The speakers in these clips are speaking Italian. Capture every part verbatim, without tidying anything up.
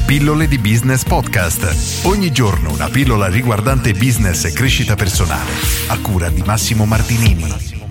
Pillole di Business Podcast. Ogni giorno una pillola riguardante business e crescita personale. A cura di Massimo Martinini.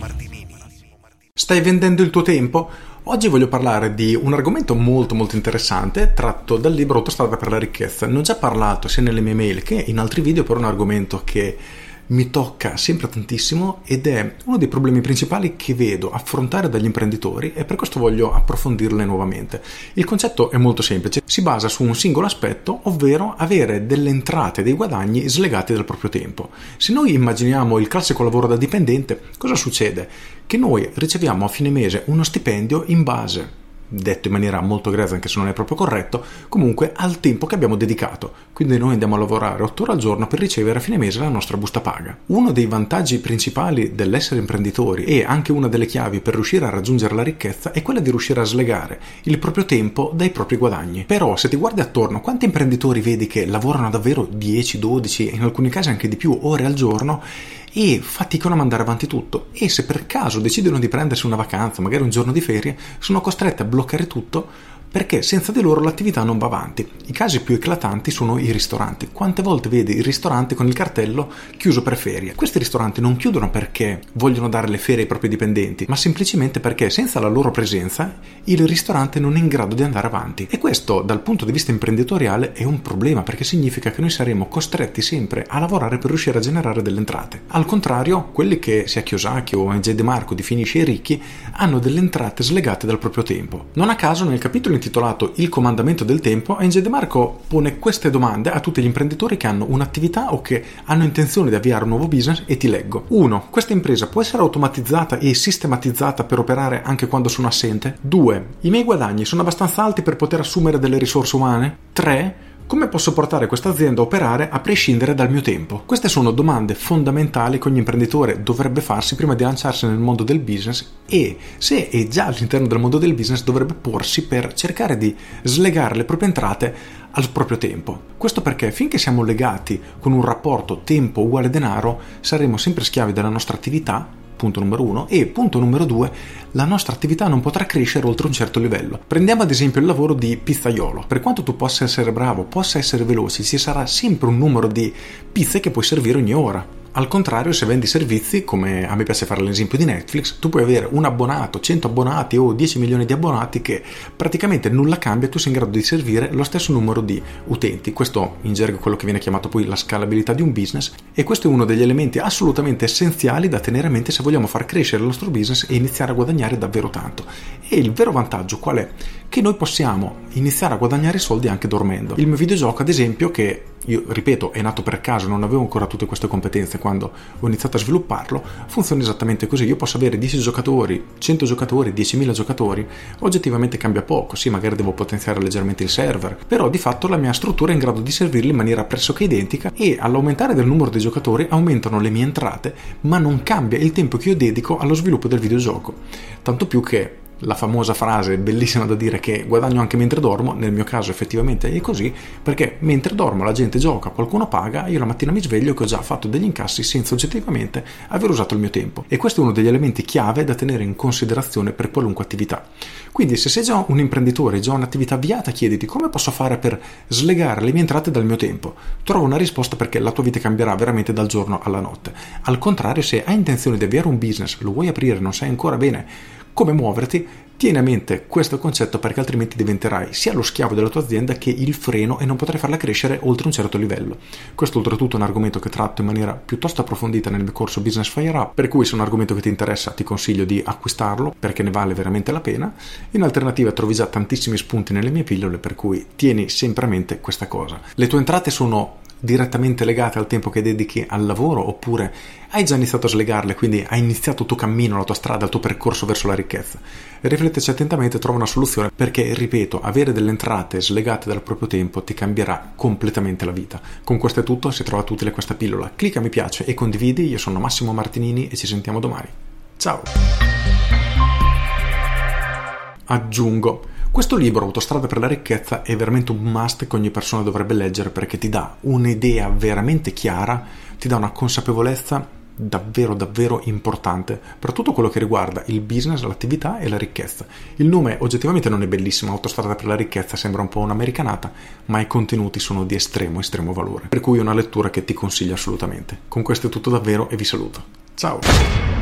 Stai vendendo il tuo tempo? Oggi voglio parlare di un argomento molto molto interessante tratto dal libro Autostrada per la ricchezza. Ne ho già parlato sia nelle mie mail che in altri video, per un argomento che mi tocca sempre tantissimo ed è uno dei problemi principali che vedo affrontare dagli imprenditori, e per questo voglio approfondirle nuovamente. Il concetto è molto semplice, si basa su un singolo aspetto, ovvero avere delle entrate e dei guadagni slegati dal proprio tempo. Se noi immaginiamo il classico lavoro da dipendente, cosa succede? Che noi riceviamo a fine mese uno stipendio in base, detto in maniera molto grezza anche se non è proprio corretto, comunque al tempo che abbiamo dedicato. Quindi noi andiamo a lavorare otto ore al giorno per ricevere a fine mese la nostra busta paga. Uno dei vantaggi principali dell'essere imprenditori e anche una delle chiavi per riuscire a raggiungere la ricchezza è quella di riuscire a slegare il proprio tempo dai propri guadagni. Però se ti guardi attorno, quanti imprenditori vedi che lavorano davvero dieci, dodici e in alcuni casi anche di più ore al giorno e faticano a mandare avanti tutto, e se per caso decidono di prendersi una vacanza, magari un giorno di ferie, sono costretti a bloccare tutto perché senza di loro l'attività non va avanti. I casi più eclatanti sono i ristoranti. Quante volte vedi il ristorante con il cartello chiuso per ferie? Questi ristoranti non chiudono perché vogliono dare le ferie ai propri dipendenti, ma semplicemente perché senza la loro presenza il ristorante non è in grado di andare avanti. E questo dal punto di vista imprenditoriale è un problema, perché significa che noi saremo costretti sempre a lavorare per riuscire a generare delle entrate. Al contrario, quelli che sia Kiyosaki o N J DeMarco definisce i ricchi hanno delle entrate slegate dal proprio tempo. Non a caso nel capitolo intitolato Il comandamento del tempo, N J DeMarco pone queste domande a tutti gli imprenditori che hanno un'attività o che hanno intenzione di avviare un nuovo business, e ti leggo. uno. Questa impresa può essere automatizzata e sistematizzata per operare anche quando sono assente? due. I miei guadagni sono abbastanza alti per poter assumere delle risorse umane? tre. Come posso portare questa azienda a operare a prescindere dal mio tempo? Queste sono domande fondamentali che ogni imprenditore dovrebbe farsi prima di lanciarsi nel mondo del business, e se è già all'interno del mondo del business dovrebbe porsi per cercare di slegare le proprie entrate al proprio tempo. Questo perché finché siamo legati con un rapporto tempo uguale denaro saremo sempre schiavi della nostra attività, punto numero uno, e punto numero due, la nostra attività non potrà crescere oltre un certo livello. Prendiamo ad esempio il lavoro di pizzaiolo. Per quanto tu possa essere bravo, possa essere veloce, ci sarà sempre un numero di pizze che puoi servire ogni ora. Al contrario, se vendi servizi, come a me piace fare l'esempio di Netflix, tu puoi avere un abbonato, cento abbonati o dieci milioni di abbonati che praticamente nulla cambia, tu sei in grado di servire lo stesso numero di utenti. Questo in gergo è quello che viene chiamato poi la scalabilità di un business, e questo è uno degli elementi assolutamente essenziali da tenere a mente se vogliamo far crescere il nostro business e iniziare a guadagnare davvero tanto. E il vero vantaggio qual è? Che noi possiamo iniziare a guadagnare soldi anche dormendo. Il mio videogioco, ad esempio, che io ripeto è nato per caso, non avevo ancora tutte queste competenze quando ho iniziato a svilupparlo, funziona esattamente così. Io posso avere dieci giocatori, cento giocatori, diecimila giocatori, oggettivamente cambia poco, sì, magari devo potenziare leggermente il server, però di fatto la mia struttura è in grado di servirli in maniera pressoché identica, e all'aumentare del numero dei giocatori aumentano le mie entrate, ma non cambia il tempo che io dedico allo sviluppo del videogioco. Tanto più che la famosa frase bellissima da dire che guadagno anche mentre dormo, nel mio caso effettivamente è così, perché mentre dormo la gente gioca, qualcuno paga, io la mattina mi sveglio che ho già fatto degli incassi senza oggettivamente aver usato il mio tempo. E questo è uno degli elementi chiave da tenere in considerazione per qualunque attività. Quindi se sei già un imprenditore, già un'attività avviata, chiediti come posso fare per slegare le mie entrate dal mio tempo. Trova una risposta, perché la tua vita cambierà veramente dal giorno alla notte. Al contrario, se hai intenzione di avviare un business, lo vuoi aprire, non sai ancora bene come muoverti, tieni a mente questo concetto, perché altrimenti diventerai sia lo schiavo della tua azienda che il freno, e non potrai farla crescere oltre un certo livello. Questo oltretutto è un argomento che tratto in maniera piuttosto approfondita nel mio corso Business Fire Up, per cui se è un argomento che ti interessa ti consiglio di acquistarlo, perché ne vale veramente la pena. In alternativa trovi già tantissimi spunti nelle mie pillole, per cui tieni sempre a mente questa cosa. Le tue entrate sono direttamente legate al tempo che dedichi al lavoro, oppure hai già iniziato a slegarle, quindi hai iniziato il tuo cammino, la tua strada, il tuo percorso verso la ricchezza? Rifletteci attentamente e trova una soluzione, perché, ripeto, avere delle entrate slegate dal proprio tempo ti cambierà completamente la vita. Con questo è tutto. Se trovate utile questa pillola, clicca mi piace e condividi. Io sono Massimo Martinini e ci sentiamo domani. Ciao! Aggiungo, questo libro, Autostrada per la ricchezza, è veramente un must che ogni persona dovrebbe leggere, perché ti dà un'idea veramente chiara, ti dà una consapevolezza davvero davvero importante per tutto quello che riguarda il business, l'attività e la ricchezza. Il nome oggettivamente non è bellissimo, Autostrada per la ricchezza, sembra un po' un'americanata, ma i contenuti sono di estremo estremo valore, per cui è una lettura che ti consiglio assolutamente. Con questo è tutto davvero e vi saluto. Ciao!